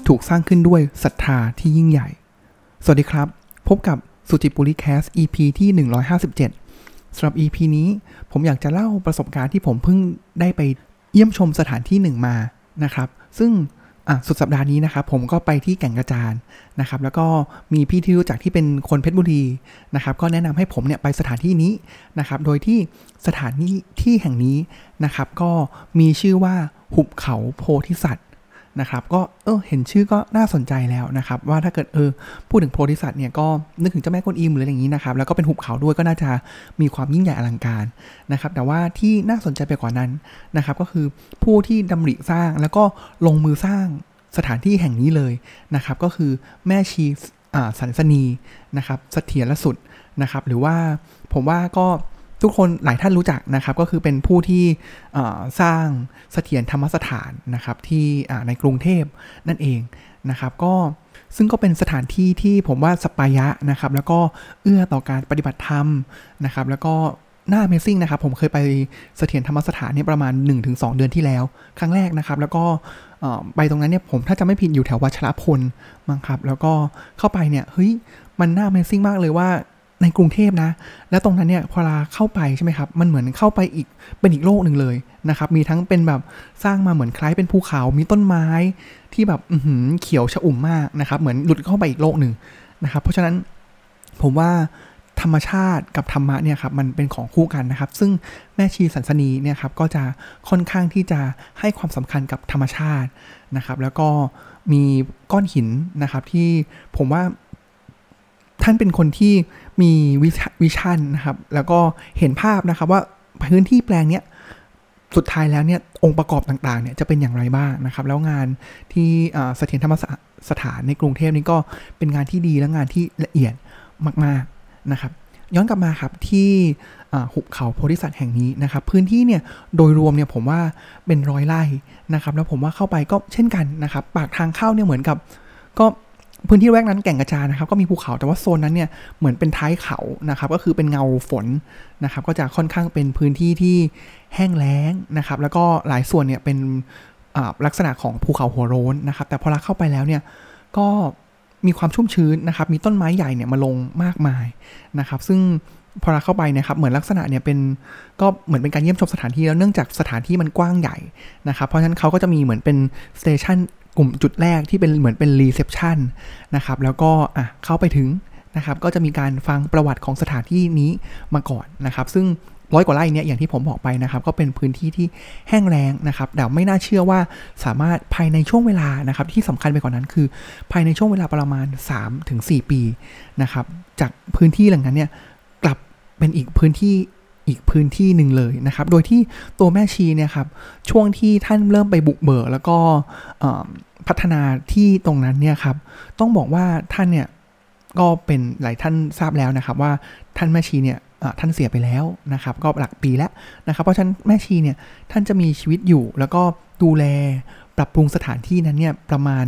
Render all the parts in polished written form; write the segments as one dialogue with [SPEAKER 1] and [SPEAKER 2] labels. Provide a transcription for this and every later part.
[SPEAKER 1] ถูกสร้างขึ้นด้วยศรัทธาที่ยิ่งใหญ่สวัสดีครับพบกับสุจิปุริแคส EP ที่157สำหรับ EP นี้ผมอยากจะเล่าประสบการณ์ที่ผมเพิ่งได้ไปเยี่ยมชมสถานที่หนึ่งมานะครับซึ่งสุดสัปดาห์นี้นะครับผมก็ไปที่แก่งกระจานนะครับแล้วก็มีพี่ที่รู้จักที่เป็นคนเพชรบุรีนะครับก็แนะนำให้ผมเนี่ยไปสถานที่นี้นะครับโดยที่สถานที่แห่งนี้นะครับก็มีชื่อว่าหุบเขาโพธิสัตว์นะครับก็เห็นชื่อก็น่าสนใจแล้วนะครับว่าถ้าเกิดพูดถึงโพธิสัตว์เนี่ยก็นึกถึงเจ้าแม่กวนอิมหรืออะไรอย่างนี้นะครับแล้วก็เป็นหุบเขาด้วยก็น่าจะมีความยิ่งใหญ่อลังการนะครับแต่ว่าที่น่าสนใจไปกว่านั้นนะครับก็คือผู้ที่ดำริสร้างแล้วก็ลงมือสร้างสถานที่แห่งนี้เลยนะครับก็คือแม่ชีสันสนีนะครับเสถียรสุดนะครับหรือว่าผมว่าก็ทุกคนหลายท่านรู้จักนะครับก็คือเป็นผู้ที่สร้างเสถียรธรรมสถานนะครับที่ในกรุงเทพนั่นเองนะครับก็ซึ่งก็เป็นสถานที่ที่ผมว่าสัปปายะนะครับแล้วก็เอื้อต่อการปฏิบัติธรรมนะครับแล้วก็น่า Amazing นะครับผมเคยไปเสถียรธรรมสถานเนี่ยประมาณ 1-2 เดือนที่แล้วครั้งแรกนะครับแล้วก็ไปตรงนั้นเนี่ยผมถ้าจะไม่ผิดอยู่แถววัชรพลมั้งครับแล้วก็เข้าไปเนี่ยเฮ้ยมันน่า Amazing มากเลยว่าในกรุงเทพนะแล้วตรงนั้นเนี่ยพอเราเข้าไปใช่ไหมครับมันเหมือนเข้าไปอีกเป็นอีกโลกหนึ่งเลยนะครับมีทั้งเป็นแบบสร้างมาเหมือนคล้ายเป็นภูเขามีต้นไม้ที่แบบเขียวชอุ่มมากนะครับเหมือนหลุดเข้าไปอีกโลกหนึ่งนะครับเพราะฉะนั้นผมว่าธรรมชาติกับธรรมะเนี่ยครับมันเป็นของคู่กันนะครับซึ่งแม่ชีสันสนีเนี่ยครับก็จะค่อนข้างที่จะให้ความสำคัญกับธรรมชาตินะครับแล้วก็มีก้อนหินนะครับที่ผมว่าท่านเป็นคนที่มีวิชั่นนะครับแล้วก็เห็นภาพนะครับว่าพื้นที่แปลงเนี้ยสุดท้ายแล้วเนี่ยองค์ประกอบต่างๆเนี่ยจะเป็นอย่างไรบ้างนะครับแล้วงานที่เสถียรธรรมสถานในกรุงเทพนี่ก็เป็นงานที่ดีและงานที่ละเอียดมากๆนะครับย้อนกลับมาครับที่หุบเขาโพธิสัตว์แห่งนี้นะครับพื้นที่เนี่ยโดยรวมเนี่ยผมว่าเป็น100 ไร่นะครับแล้วผมว่าเข้าไปก็เช่นกันนะครับปากทางเข้าเนี่ยเหมือนกับก็พื้นที่แรกนั้นแก่งกระจานนะครับก็มีภูเขาแต่ว่าโซนนั้นเนี่ยเหมือนเป็นท้ายเขานะครับก็คือเป็นเงาฝนนะครับก็จะค่อนข้างเป็นพื้นที่ที่แห้งแล้งนะครับแล้วก็หลายส่วนเนี่ยเป็นลักษณะของภูเขาหัวโล้นนะครับแต่พอเราเข้าไปแล้วเนี่ยก็มีความชุ่มชื้นนะครับมีต้นไม้ใหญ่เนี่ยมาลงมากมายนะครับซึ่งพอเราเข้าไปนะครับเหมือนลักษณะเนี่ยเป็นก็เหมือนเป็นการเยี่ยมชมสถานที่แล้วเนื่องจากสถานที่มันกว้างใหญ่นะครับเพราะฉะนั้นเขาก็จะมีเหมือนเป็นสเตชันกลุ่มจุดแรกที่เป็นเหมือนเป็นรีเซพชันนะครับแล้วก็เข้าไปถึงนะครับก็จะมีการฟังประวัติของสถานที่นี้มาก่อนนะครับซึ่ง100 กว่าไร่เนี่ยอย่างที่ผมบอกไปนะครับก็เป็นพื้นที่ที่แห้งแล้งนะครับแต่ไม่น่าเชื่อว่าสามารถภายในช่วงเวลานะครับที่สำคัญไปกว่านั้นคือภายในช่วงเวลาประมาณ 3-4 ปีนะครับจากพื้นที่เหล่านั้นเนี่ยกลับเป็นอีกพื้นที่หนึ่งเลยนะครับโดยที่ตัวแม่ชีเนี่ยครับช่วงที่ท่านเริ่มไปบุกเบิกแล้วก็พัฒนาที่ตรงนั้นเนี่ยครับต้องบอกว่าท่านเนี่ยก็เป็นหลายท่านทราบแล้วนะครับว่าท่านแม่ชีเนี่ยท่านเสียไปแล้วนะครับก็หลักปีแล้วนะครับเพราะฉะนั้นแม่ชีเนี่ยท่านจะมีชีวิตอยู่แล้วก็ดูแลปรับปรุงสถานที่นั้นเนี่ยประมาณ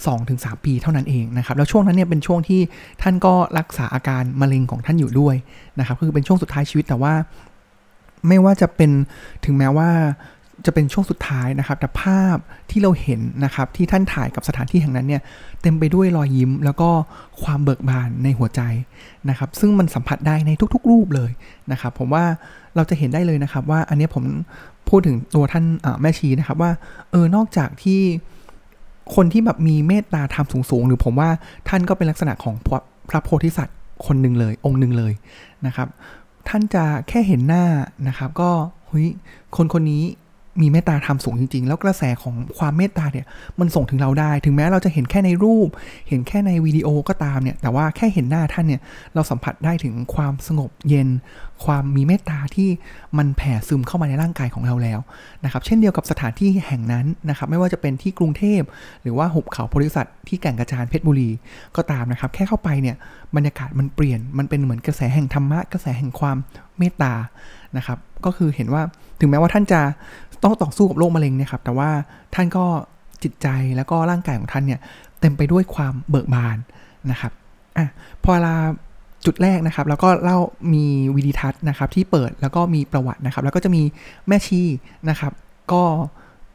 [SPEAKER 1] 2-3 ปีเท่านั้นเองนะครับแล้วช่วงนั้นเนี่ยเป็นช่วงที่ท่านก็รักษาอาการมะเร็งของท่านอยู่ด้วยนะครับคือเป็นช่วงสุดท้ายชีวิตแต่ว่าไม่ว่าจะเป็นถึงแม้ว่าจะเป็นช่วงสุดท้ายนะครับแต่ภาพที่เราเห็นนะครับที่ท่านถ่ายกับสถานที่แห่งนั้นเนี่ยเต็มไปด้วยรอยยิ้มแล้วก็ความเบิกบานในหัวใจนะครับซึ่งมันสัมผัสได้ในทุกๆรูปเลยนะครับผมว่าเราจะเห็นได้เลยนะครับว่าอันนี้ผมพูดถึงตัวท่านแม่ชีนะครับว่านอกจากที่คนที่แบบมีเมตตาธรรมสูงๆหรือผมว่าท่านก็เป็นลักษณะของพระโพธิสัตว์คนหนึ่งเลยองค์หนึ่งเลยนะครับท่านจะแค่เห็นหน้านะครับก็เฮ้ยคนนี้มีเมตตาธรรมสูงจริงๆแล้วกระแสของความเมตตาเนี่ยมันส่งถึงเราได้ถึงแม้เราจะเห็นแค่ในรูปเห็นแค่ในวิดีโอก็ตามเนี่ยแต่ว่าแค่เห็นหน้าท่านเนี่ยเราสัมผัสได้ถึงความสงบเย็นความมีเมตตาที่มันแผ่ซึมเข้ามาในร่างกายของเราแล้วนะครับเช่นเดียวกับสถานที่แห่งนั้นนะครับไม่ว่าจะเป็นที่กรุงเทพหรือว่าหุบเขาโพธิสัตว์ที่แก่งกระจานเพชรบุรีก็ตามนะครับแค่เข้าไปเนี่ยบรรยากาศมันเปลี่ยนมันเป็นเหมือนกระแสแห่งธรรมะกระแสแห่งความเมตตานะครับก็คือเห็นว่าถึงแม้ว่าท่านจะต้องต่อสู้กับโรคมะเร็งเนี่ยครับแต่ว่าท่านก็จิตใจแล้วก็ร่างกายของท่านเนี่ยเต็มไปด้วยความเบิกบานนะครับพอเราจุดแรกนะครับแล้วก็เล่ามีวิดีทัศน์นะครับที่เปิดแล้วก็มีประวัตินะครับแล้วก็จะมีแม่ชีนะครับก็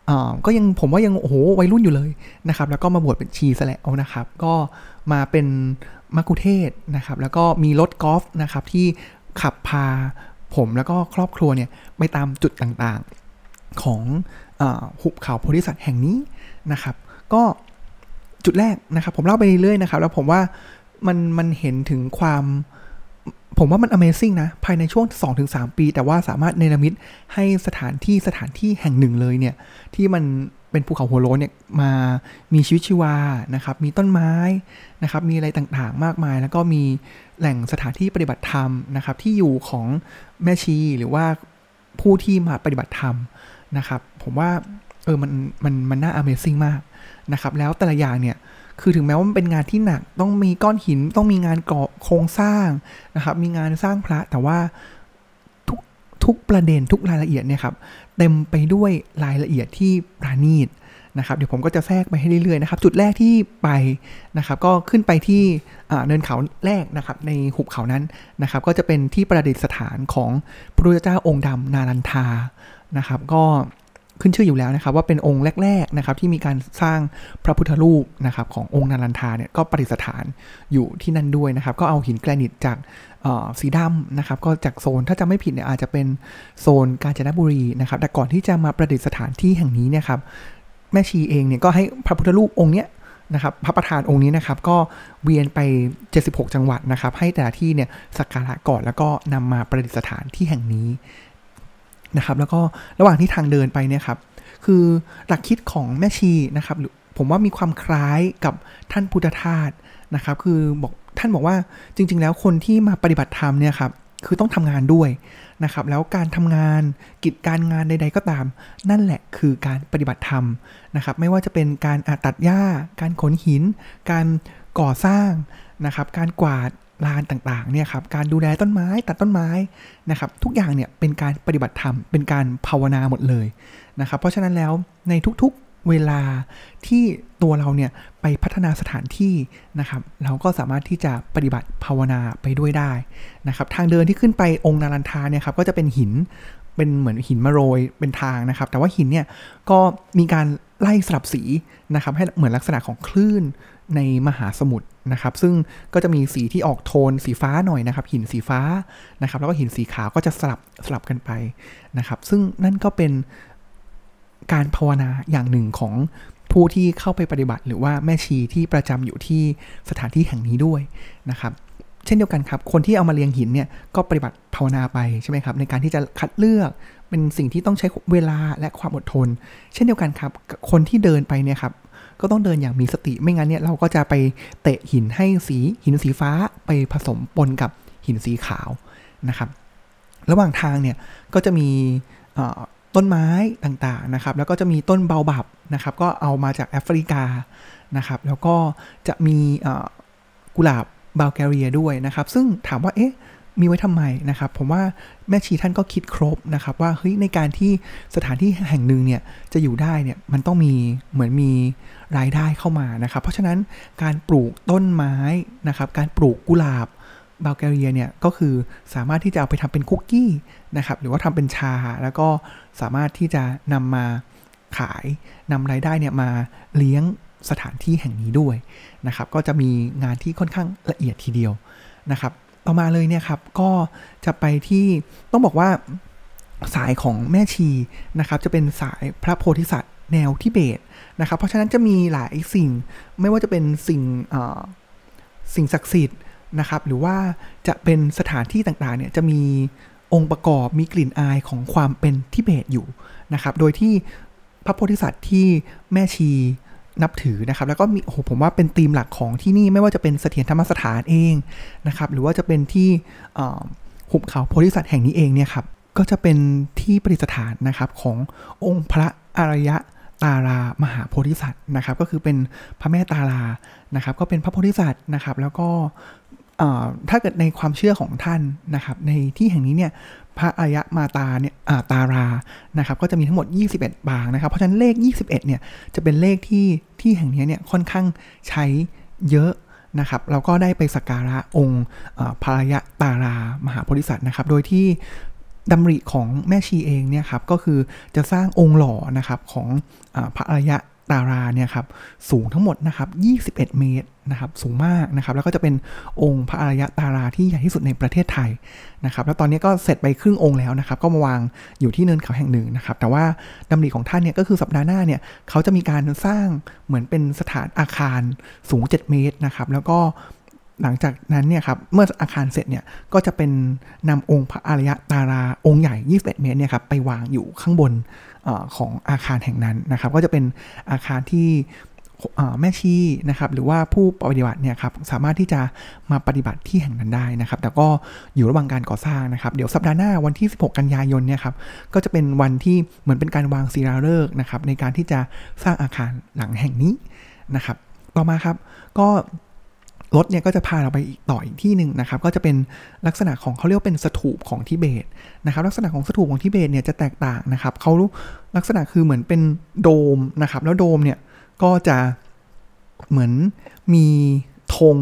[SPEAKER 1] ก็ยังผมว่ายังโอ้โหวัยรุ่นอยู่เลยนะครับแล้วก็มาบวชเป็นชีซะแล้วนะครับก็มาเป็นมัคคุเทศก์นะครับแล้วก็มีรถกอล์ฟนะครับที่ขับพาผมแล้วก็ครอบครัวเนี่ยไปตามจุดต่างๆของหุบเขาโพธิสัตว์แห่งนี้นะครับก็จุดแรกนะครับผมเล่าไปเรื่อยๆนะครับแล้วผมว่ามันเห็นถึงความผมว่ามัน Amazing นะภายในช่วง 2-3 ปีแต่ว่าสามารถเนรมิตให้สถานที่แห่งหนึ่งเลยเนี่ยที่มันเป็นภูเขาหัวโล้นเนี่ยมามีชีวิตชีวานะครับมีต้นไม้นะครับมีอะไรต่างๆมากมายแล้วก็มีแหล่งสถานที่ปฏิบัติธรรมนะครับที่อยู่ของแม่ชีหรือว่าผู้ที่มาปฏิบัติธรรมนะครับผมว่ามันน่า Amazing มากนะครับแล้วแต่ละอย่างเนี่ยคือถึงแม้ว่ามันเป็นงานที่หนักต้องมีก้อนหินต้องมีงานก่อโครงสร้างนะครับมีงานสร้างพระแต่ว่าทุกประเด็นทุกรายละเอียดเนี่ยครับเต็มไปด้วยรายละเอียดที่ประณีตนะครับเดี๋ยวผมก็จะแทรกไปให้เรื่อยๆนะครับจุดแรกที่ไปนะครับก็ขึ้นไปที่เนินเขาแรกนะครับในหุบเขานั้นนะครับก็จะเป็นที่ประดิษฐานของพระพุทธเจ้าองค์ดำนารันทานะครับก็ขึ้นชื่ออยู่แล้วนะครับว่าเป็นองค์แรกๆนะครับที่มีการสร้างพระพุทธรูปนะครับขององค์นารันทาเนี่ยก็ประดิษฐานอยู่ที่นั่นด้วยนะครับก็เอาหินแกรนิตจากสีดำนะครับก็จากโซนถ้าจะไม่ผิดเนี่ยอาจจะเป็นโซนกาญจนบุรีนะครับแต่ก่อนที่จะมาประดิษฐานที่แห่งนี้เนี่ยครับแม่ชีเองเนี่ยก็ให้พระพุทธรูปองค์เนี้ยนะครับพระประธานองค์นี้นะครับก็เวียนไป76จังหวัดนะครับให้แต่ละที่เนี่ยสักการะก่อนแล้วก็นำมาประดิษฐานที่แห่งนี้นะครับแล้วก็ระหว่างที่ทางเดินไปเนี่ยครับคือหลักคิดของแม่ชีนะครับผมว่ามีความคล้ายกับท่านพุทธทาสนะครับคือท่านบอกว่าจริงๆแล้วคนที่มาปฏิบัติธรรมเนี่ยครับคือต้องทำงานด้วยนะครับแล้วการทำงานกิจการงานใดๆก็ตามนั่นแหละคือการปฏิบัติธรรมนะครับไม่ว่าจะเป็นการตัดหญ้าการขนหินการก่อสร้างนะครับการกวาดลานต่างๆเนี่ยครับการดูแลต้นไม้ตัดต้นไม้นะครับทุกอย่างเนี่ยเป็นการปฏิบัติธรรมเป็นการภาวนาหมดเลยนะครับเพราะฉะนั้นแล้วในทุกๆเวลาที่ตัวเราเนี่ยไปพัฒนาสถานที่นะครับเราก็สามารถที่จะปฏิบัติภาวนาไปด้วยได้นะครับทางเดินที่ขึ้นไปองค์นารันทาเนี่ยครับก็จะเป็นหินเป็นเหมือนหินมาโรยเป็นทางนะครับแต่ว่าหินเนี่ยก็มีการไล่สลับสีนะครับให้เหมือนลักษณะของคลื่นในมหาสมุทรนะครับซึ่งก็จะมีสีที่ออกโทนสีฟ้าหน่อยนะครับหินสีฟ้านะครับแล้วก็หินสีขาวก็จะสลับกันไปนะครับซึ่งนั่นก็เป็นการภาวนาอย่างหนึ่งของผู้ที่เข้าไปปฏิบัติหรือว่าแม่ชีที่ประจำอยู่ที่สถานที่แห่งนี้ด้วยนะครับเช่นเดียวกันครับคนที่เอามาเรียงหินเนี่ยก็ปฏิบัติภาวนาไปใช่ไหมครับในการที่จะคัดเลือกเป็นสิ่งที่ต้องใช้เวลาและความอดทนเช่นเดียวกันครับคนที่เดินไปเนี่ยครับก็ต้องเดินอย่างมีสติไม่งั้นเนี่ยเราก็จะไปเตะหินให้หินสีฟ้าไปผสมปนกับหินสีขาวนะครับระหว่างทางเนี่ยก็จะมีต้นไม้ต่างๆนะครับแล้วก็จะมีต้นเบาบับนะครับก็เอามาจากแอฟริกานะครับแล้วก็จะมีกุหลาบบัลแกเรียด้วยนะครับซึ่งถามว่ามีไว้ทำไมนะครับผมว่าแม่ชีท่านก็คิดครบนะครับว่าเฮ้ยในการที่สถานที่แห่งหนึ่งเนี่ยจะอยู่ได้เนี่ยมันต้องมีรายได้เข้ามานะครับเพราะฉะนั้นการปลูกต้นไม้นะครับการปลูกกุหลาบบัลแกเรียเนี่ยก็คือสามารถที่จะเอาไปทำเป็นคุกกี้นะครับหรือว่าทำเป็นชาแล้วก็สามารถที่จะนำมาขายนำรายได้เนี่ยมาเลี้ยงสถานที่แห่งนี้ด้วยนะครับก็จะมีงานที่ค่อนข้างละเอียดทีเดียวนะครับต่อมาเลยเนี่ยครับก็จะไปที่ต้องบอกว่าสายของแม่ชีนะครับจะเป็นสายพระโพธิสัตว์แนวทิเบตนะครับเพราะฉะนั้นจะมีหลายสิ่งไม่ว่าจะเป็นสิ่งศักดิ์สิทธิ์นะครับหรือว่าจะเป็นสถานที่ต่างๆเนี่ยจะมีองค์ประกอบมีกลิ่นอายของความเป็นทิเบตอยู่นะครับโดยที่พระโพธิสัตว์ที่แม่ชีนับถือนะครับแล้วก็มีผมว่าเป็นธีมหลักของที่นี่ไม่ว่าจะเป็นเสถียรธรรมสถานเองนะครับหรือว่าจะเป็นที่หุบเขาโพธิสัตว์แห่งนี้เองเนี่ยครับก็จะเป็นที่ประดิษฐานนะครับขององค์พระอารยตารามหาโพธิสัตว์นะครับก็คือเป็นพระแม่ตารานะครับก็เป็นพระโพธิสัตว์นะครับแล้วก็ถ้าเกิดในความเชื่อของท่านนะครับในที่แห่งนี้เนี่ยพระอารยมาตาเนี่ยตารานะครับก็จะมีทั้งหมด21ปางนะครับเพราะฉะนั้นเลข21เนี่ยจะเป็นเลขที่แห่งนี้เนี่ยค่อนข้างใช้เยอะนะครับเราก็ได้ไปสักการะองค์พระอารยตารามหาโพธิสัตว์นะครับโดยที่ดำริของแม่ชีเองเนี่ยครับก็คือจะสร้างองค์หล่อนะครับของพระอารยตาราเนี่ยครับสูงทั้งหมดนะครับ21 เมตรนะครับสูงมากนะครับแล้วก็จะเป็นองค์พระอารยตาราที่ใหญ่ที่สุดในประเทศไทยนะครับแล้วตอนนี้ก็เสร็จไปครึ่งองค์แล้วนะครับก็มาวางอยู่ที่เนินเขาแห่งหนึ่งนะครับแต่ว่าดำริของท่านเนี่ยก็คือสัปดาห์หน้าเนี่ยเขาจะมีการสร้างเหมือนเป็นสถานอาคารสูง7 เมตรนะครับแล้วก็หลังจากนั้นเนี่ยครับเมื่ออาคารเสร็จเนี่ยก็จะเป็นนำองค์พระอารยตาราองค์ใหญ่21 เมตรเนี่ยครับไปวางอยู่ข้างบนของอาคารแห่งนั้นนะครับก็จะเป็นอาคารที่แม่ชีนะครับหรือว่าผู้ปฏิบัติเนี่ยครับสามารถที่จะมาปฏิบัติที่แห่งนั้นได้นะครับแต่ก็อยู่ระหว่างการก่อสร้างนะครับเดี๋ยวสัปดาห์หน้าวันที่16 กันยายนเนี่ยครับก็จะเป็นวันที่เหมือนเป็นการวางศิลาฤกษ์นะครับในการที่จะสร้างอาคารหลังแห่งนี้นะครับต่อมาครับก็รถเนี่ยก็จะพาเราไปต่ออีกที่หนึ่งนะครับก็จะเป็นลักษณะของเขาเรียกว่าเป็นสถูปของทิเบตนะครับลักษณะของสถูปของทิเบตเนี่ยจะแตกต่างนะครับเขาลักษณะคือเหมือนเป็นโดมนะครับแล้วโดมเนี่ยก็จะเหมือนมีธง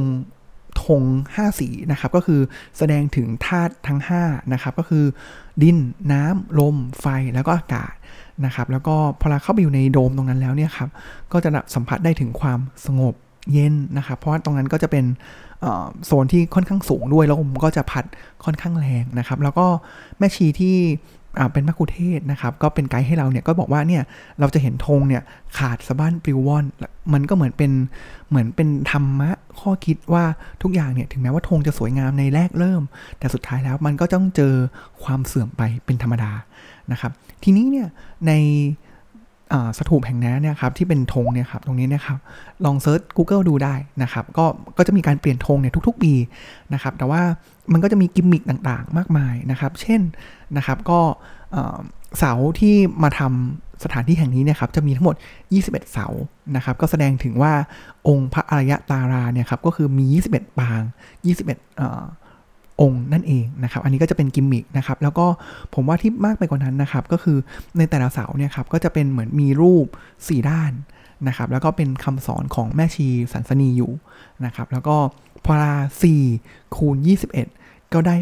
[SPEAKER 1] 5 สีนะครับก็คือแสดงถึงธาตุทั้ง5นะครับก็คือดินน้ำลมไฟแล้วก็อากาศนะครับแล้วก็พอเราเข้าไปอยู่ในโดมตรงนั้นแล้วเนี่ยครับก็จะสัมผัสได้ถึงความสงบเย็นนะครับเพราะว่าตรงนั้นก็จะเป็นโซนที่ค่อนข้างสูงด้วยแล้วลมก็จะพัดค่อนข้างแรงนะครับแล้วก็แม่ชีที่เป็นมัคคุเทศก์นะครับก็เป็นไกด์ให้เราเนี่ยก็บอกว่าเนี่ยเราจะเห็นธงเนี่ยขาดสะบั้นปลิวว่อนมันก็เหมือนเป็นธรรมะข้อคิดว่าทุกอย่างเนี่ยถึงแม้ว่าธงจะสวยงามในแรกเริ่มแต่สุดท้ายแล้วมันก็ต้องเจอความเสื่อมไปเป็นธรรมดานะครับทีนี้เนี่ยในสถูปแห่งนั้นเนี่ยครับที่เป็นธงเนี่ยครับตรงนี้เนี่ยครับลองเซิร์ช Google ดูได้นะครับก็จะมีการเปลี่ยนธงเนี่ยทุกๆปีนะครับแต่ว่ามันก็จะมีกิมมิคต่างๆมากมายนะครับเช่นนะครับก็เสาที่มาทำสถานที่แห่งนี้เนี่ยครับจะมีทั้งหมด21 เสานะครับก็แสดงถึงว่าองค์พระอารยตาราเนี่ยครับก็คือมี21 ปางองค์นั่นเองนะครับอันนี้ก็จะเป็นกิมมิคนะครับแล้วก็ผมว่าที่มากไปกว่านั้นนะครับก็คือในแต่ละเสาเนี่ยครับก็จะเป็นเหมือนมีรูป4 ด้านนะครับแล้วก็เป็นคำสอนของแม่ชีสันสนีอยู่นะครับแล้วก็พอ4 คูณ 21ก็ได้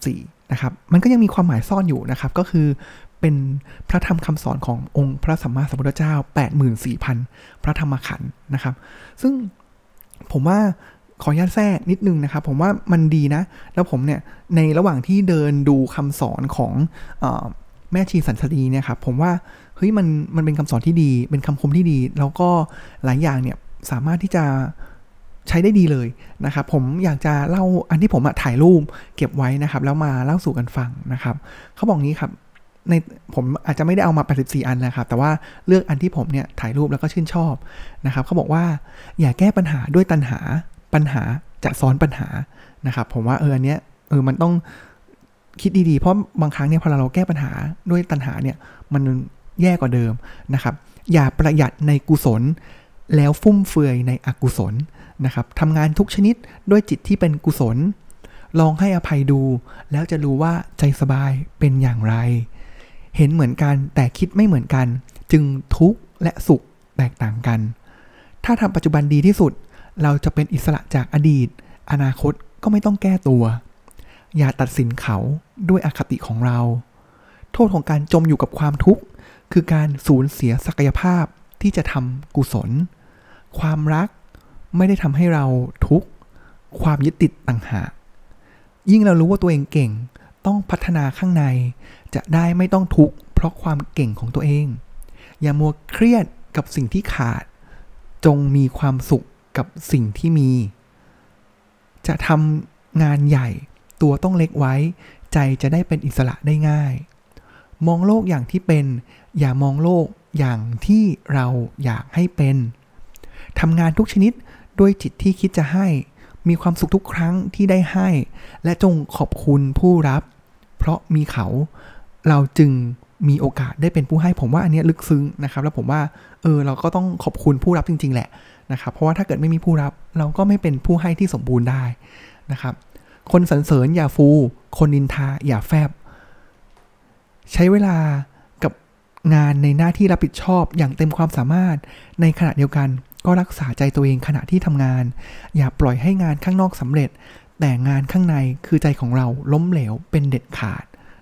[SPEAKER 1] 84นะครับมันก็ยังมีความหมายซ่อนอยู่นะครับก็คือเป็นพระธรรมคำสอนขององค์พระสัมมาสัมพุทธเจ้า 84,000 พระธรรมขันธ์นะครับซึ่งผมว่าขออนุญาตแทรกนิดนึงนะครับผมว่ามันดีนะแล้วผมเนี่ยในระหว่างที่เดินดูคำสอนของแม่ชีสันสนีเนี่ยครับผมว่าเฮ้ยมันเป็นคำสอนที่ดีเป็นคำคมที่ดีแล้วก็หลายอย่างเนี่ยสามารถที่จะใช้ได้ดีเลยนะครับผมอยากจะเล่าอันที่ผมถ่ายรูปเก็บไว้นะครับแล้วมาเล่าสู่กันฟังนะครับเขาบอกงี้ครับในผมอาจจะไม่ได้เอามา84 อันนะครับแต่ว่าเลือกอันที่ผมเนี่ยถ่ายรูปแล้วก็ชื่นชอบนะครับเขาบอกว่าอย่าแก้ปัญหาด้วยตัณหาปัญหาจะซ้อนปัญหานะครับผมว่าอันเนี้ยมันต้องคิดดีๆเพราะบางครั้งเนี่ยพอเราแก้ปัญหาด้วยตัณหาเนี่ยมันแย่กว่าเดิมนะครับอย่าประหยัดในกุศลแล้วฟุ่มเฟือยในอกุศลนะครับทำงานทุกชนิดด้วยจิตที่เป็นกุศลลองให้อภัยดูแล้วจะรู้ว่าใจสบายเป็นอย่างไรเห็นเหมือนกันแต่คิดไม่เหมือนกันจึงทุกข์และสุขแตกต่างกันถ้าทำปัจจุบันดีที่สุดเราจะเป็นอิสระจากอดีตอนาคตก็ไม่ต้องแก้ตัวอย่าตัดสินเขาด้วยอคติของเราโทษของการจมอยู่กับความทุกข์คือการสูญเสียศักยภาพที่จะทำกุศลความรักไม่ได้ทำให้เราทุกข์ความยึดติดต่างหากยิ่งเรารู้ว่าตัวเองเก่งต้องพัฒนาข้างในจะได้ไม่ต้องทุกข์เพราะความเก่งของตัวเองอย่ามัวเครียดกับสิ่งที่ขาดจงมีความสุขกับสิ่งที่มีจะทำงานใหญ่ตัวต้องเล็กไว้ใจจะได้เป็นอิสระได้ง่ายมองโลกอย่างที่เป็นอย่ามองโลกอย่างที่เราอยากให้เป็นทำงานทุกชนิดด้วยจิตที่คิดจะให้มีความสุขทุกครั้งที่ได้ให้และจงขอบคุณผู้รับเพราะมีเขาเราจึงมีโอกาสได้เป็นผู้ให้ผมว่าอันนี้ลึกซึ้งนะครับแล้วผมว่าเราก็ต้องขอบคุณผู้รับจริงๆแหละนะครับเพราะว่าถ้าเกิดไม่มีผู้รับเราก็ไม่เป็นผู้ให้ที่สมบูรณ์ได้นะครับคนสรรเสริญอย่าฟูคนนินทาอย่าแฟบใช้เวลากับงานในหน้าที่รับผิดชอบอย่างเต็มความสามารถในขณะเดียวกันก็รักษาใจตัวเองขณะที่ทำงานอย่าปล่อยให้งานข้างนอกสำเร็จแต่งานข้างในคือใจของเราล้มเหลวเป็นเด็ดขาด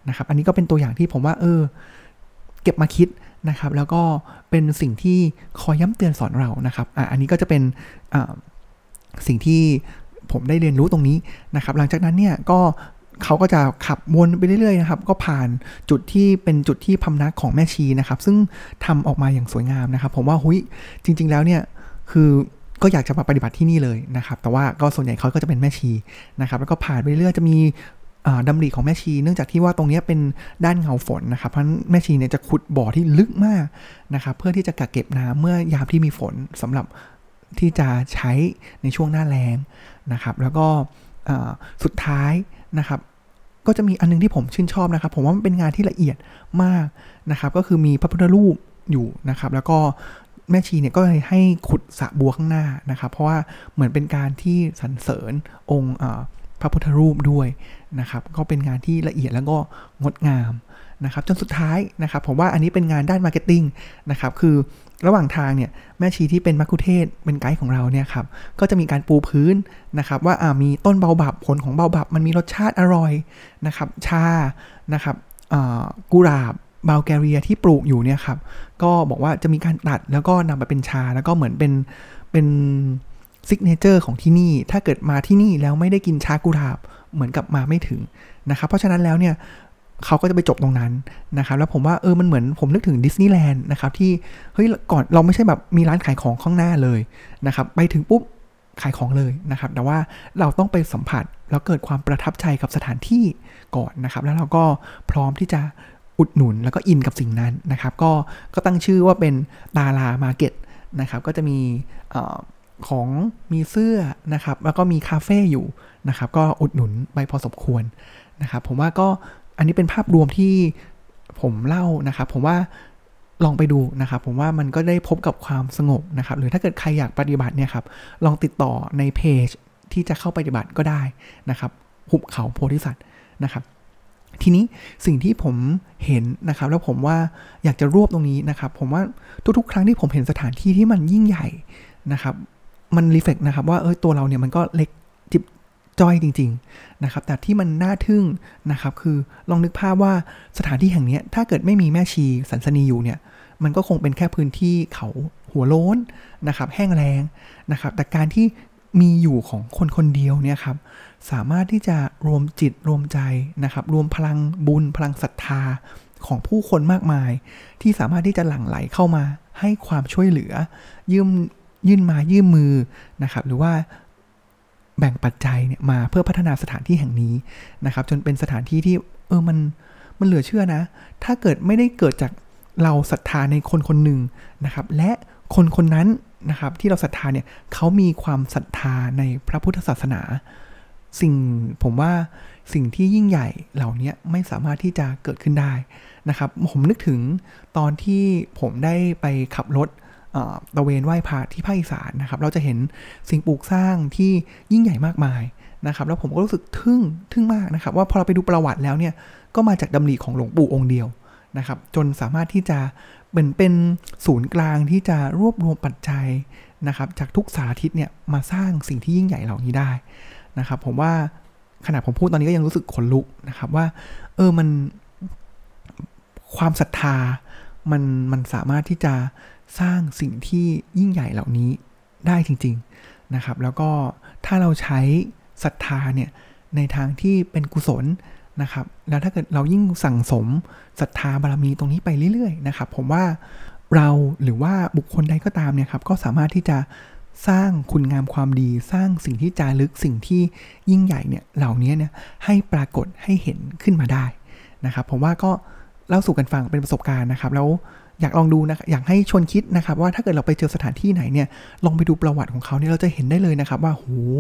[SPEAKER 1] นะครับอันนี้ก็เป็นตัวอย่างที่ผมว่าเก็บมาคิดนะครับแล้วก็เป็นสิ่งที่คอยย้ำเตือนสอนเรานะครับอันนี้ก็จะเป็นสิ่งที่ผมได้เรียนรู้ตรงนี้นะครับหลังจากนั้นเนี่ยก็เขาก็จะขับวนไปเรื่อยๆนะครับก็ผ่านจุดที่เป็นจุดที่พำนักของแม่ชีนะครับซึ่งทำออกมาอย่างสวยงามนะครับผมว่าจริงๆแล้วเนี่ยคือก็อยากจะมาปฏิบัติที่นี่เลยนะครับแต่ว่าก็ส่วนใหญ่เขาก็จะเป็นแม่ชีนะครับแล้วก็ผ่านไปเรื่อยๆจะมีดำริของแม่ชีเนื่องจากที่ว่าตรงนี้เป็นด้านเงาฝนนะครับเพราะแม่ชีเนี่ยจะขุดบ่อที่ลึกมากนะครับเพื่อที่จะกักเก็บน้ำเมื่อยามที่มีฝนสำหรับที่จะใช้ในช่วงหน้าแล้งนะครับแล้วก็สุดท้ายนะครับก็จะมีอันนึงที่ผมชื่นชอบนะครับผมว่ามันเป็นงานที่ละเอียดมากนะครับก็คือมีพระพุทธรูปอยู่นะครับแล้วก็แม่ชีเนี่ยก็เลยให้ขุดสระบัวข้างหน้านะครับเพราะว่าเหมือนเป็นการที่สรรเสริญองค์พระพุทธรูปด้วยนะครับก็เป็นงานที่ละเอียดแล้วก็งดงามนะครับจนสุดท้ายนะครับผมว่าอันนี้เป็นงานด้านมาร์เก็ตติ้งนะครับคือระหว่างทางเนี่ยแม่ชีที่เป็นมัคคุเทศก์เป็นไกด์ของเราเนี่ยครับก็จะมีการปูพื้นนะครับว่ามีต้นเบาบับผลของเบาบับมันมีรสชาติอร่อยนะครับชานะครับกุหลาบบัลแกเรียที่ปลูกอยู่เนี่ยครับก็บอกว่าจะมีการตัดแล้วก็นำไปเป็นชาแล้วก็เหมือนเป็นซิกเนเจอร์ของที่นี่ถ้าเกิดมาที่นี่แล้วไม่ได้กินชากุหลาบเหมือนกับมาไม่ถึงนะครับเพราะฉะนั้นแล้วเนี่ยเขาก็จะไปจบตรงนั้นนะครับแล้วผมว่ามันเหมือนผมนึกถึงดิสนีย์แลนด์นะครับที่เฮ้ยก่อนเราไม่ใช่แบบมีร้านขายของข้างหน้าเลยนะครับไปถึงปุ๊บขายของเลยนะครับแต่ว่าเราต้องไปสัมผัสแล้วเกิดความประทับใจกับสถานที่ก่อนนะครับแล้วเราก็พร้อมที่จะอุดหนุนแล้วก็อินกับสิ่งนั้นนะครับก็ตั้งชื่อว่าเป็นดารามาร์เก็ตนะครับก็จะมีของมีเสื้อนะครับแล้วก็มีคาเฟ่อยู่นะครับก็อุดหนุนไปพอสมควรนะครับผมว่าก็อันนี้เป็นภาพรวมที่ผมเล่านะครับผมว่าลองไปดูนะครับผมว่ามันก็ได้พบกับความสงบนะครับหรือถ้าเกิดใครอยากปฏิบัติเนี่ยครับลองติดต่อในเพจที่จะเข้าปฏิบัติก็ได้นะครับหุบเขาโพธิสัตว์นะครับทีนี้สิ่งที่ผมเห็นนะครับแล้วผมว่าอยากจะรวบตรงนี้นะครับผมว่าทุกๆครั้งที่ผมเห็นสถานที่ที่มันยิ่งใหญ่นะครับมันรีเฟล็กนะครับว่าตัวเราเนี่ยมันก็เล็กจิบจ้อยจริงๆนะครับแต่ที่มันน่าทึ่งนะครับคือลองนึกภาพว่าสถานที่แห่งนี้ถ้าเกิดไม่มีแม่ชีสันสนีอยู่เนี่ยมันก็คงเป็นแค่พื้นที่เขาหัวโล้นนะครับแห้งแล้งนะครับแต่การที่มีอยู่ของคนคนเดียวเนี่ยครับสามารถที่จะรวมจิตรวมใจนะครับรวมพลังบุญพลังศรัทธาของผู้คนมากมายที่สามารถที่จะหลั่งไหลเข้ามาให้ความช่วยเหลือยื่นมือนะครับหรือว่าแบ่งปัจจัยเนี่ยมาเพื่อพัฒนาสถานที่แห่งนี้นะครับจนเป็นสถานที่ที่มันเหลือเชื่อนะถ้าเกิดไม่ได้เกิดจากเราศรัทธาในคนคนหนึ่งนะครับและคนคนนั้นนะครับที่เราศรัทธาเนี่ยเขามีความศรัทธาในพระพุทธศาสนาผมว่าสิ่งที่ยิ่งใหญ่เหล่านี้ไม่สามารถที่จะเกิดขึ้นได้นะครับผมนึกถึงตอนที่ผมได้ไปขับรถตะเวนไหว้พระที่ภาคอีสานนะครับเราจะเห็นสิ่งปลูกสร้างที่ยิ่งใหญ่มากมายนะครับแล้วผมก็รู้สึกทึ่งมากนะครับว่าพอเราไปดูประวัติแล้วเนี่ยก็มาจากดำริของหลวงปู่องค์เดียวนะครับจนสามารถที่จะเป็นศูนย์กลางที่จะรวบรวมปัจจัยนะครับจากทุกสารทิศเนี่ยมาสร้างสิ่งที่ยิ่งใหญ่เหล่านี้ได้นะครับผมว่าขณะผมพูดตอนนี้ก็ยังรู้สึกขนลุกนะครับว่ามันความศรัทธามันสามารถที่จะสร้างสิ่งที่ยิ่งใหญ่เหล่านี้ได้จริงๆนะครับแล้วก็ถ้าเราใช้ศรัทธาเนี่ยในทางที่เป็นกุศลนะครับแล้วถ้าเกิดเรายิ่งสั่งสมศรัทธาบารมีตรงนี้ไปเรื่อยๆนะครับผมว่าเราหรือว่าบุคคลใดก็ตามเนี่ยครับก็สามารถที่จะสร้างคุณงามความดีสร้างสิ่งที่จารึกสิ่งที่ยิ่งใหญ่เนี่ยเหล่านี้เนี่ยให้ปรากฏให้เห็นขึ้นมาได้นะครับผมว่าก็เล่าสู่กันฟังเป็นประสบการณ์นะครับแล้วอยากลองดูนะอยากให้ชวนคิดนะครับว่าถ้าเกิดเราไปเจอสถานที่ไหนเนี่ยลองไปดูประวัติของเขาเนี่ยเราจะเห็นได้เลยนะครับว่าโห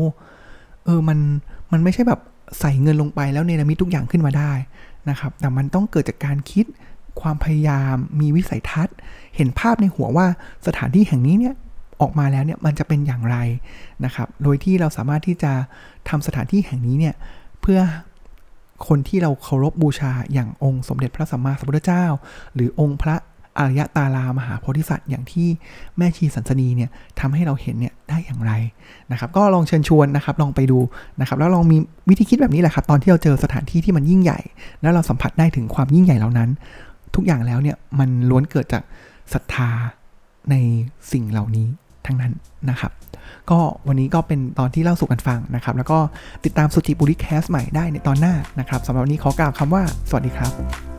[SPEAKER 1] มันไม่ใช่แบบใส่เงินลงไปแล้วเนรมิตทุกอย่างขึ้นมาได้นะครับแต่มันต้องเกิดจากการคิดความพยายามมีวิสัยทัศน์เห็นภาพในหัวว่าสถานที่แห่งนี้เนี่ยออกมาแล้วเนี่ยมันจะเป็นอย่างไรนะครับโดยที่เราสามารถที่จะทำสถานที่แห่งนี้เนี่ยเพื่อคนที่เราเคารพบูชาอย่างองค์สมเด็จพระสัมมาสัมพุทธเจ้าหรือองค์พระอารยตาลามหาโพธิสัตว์อย่างที่แม่ชีสันสนีเนี่ยทำให้เราเห็นเนี่ยได้อย่างไรนะครับก็ลองเชิญชวนนะครับลองไปดูนะครับแล้วลองมีวิธีคิดแบบนี้แหละครับตอนที่เราเจอสถานที่ที่มันยิ่งใหญ่แล้วเราสัมผัสได้ถึงความยิ่งใหญ่เหล่านั้นทุกอย่างแล้วเนี่ยมันล้วนเกิดจากศรัทธาในสิ่งเหล่านี้ทั้งนั้นนะครับก็วันนี้ก็เป็นตอนที่เล่าสู่กันฟังนะครับแล้วก็ติดตามสุจิปุริแคสใหม่ได้ในตอนหน้านะครับสำหรับวันนี้ขอกล่าวคำว่าสวัสดีครับ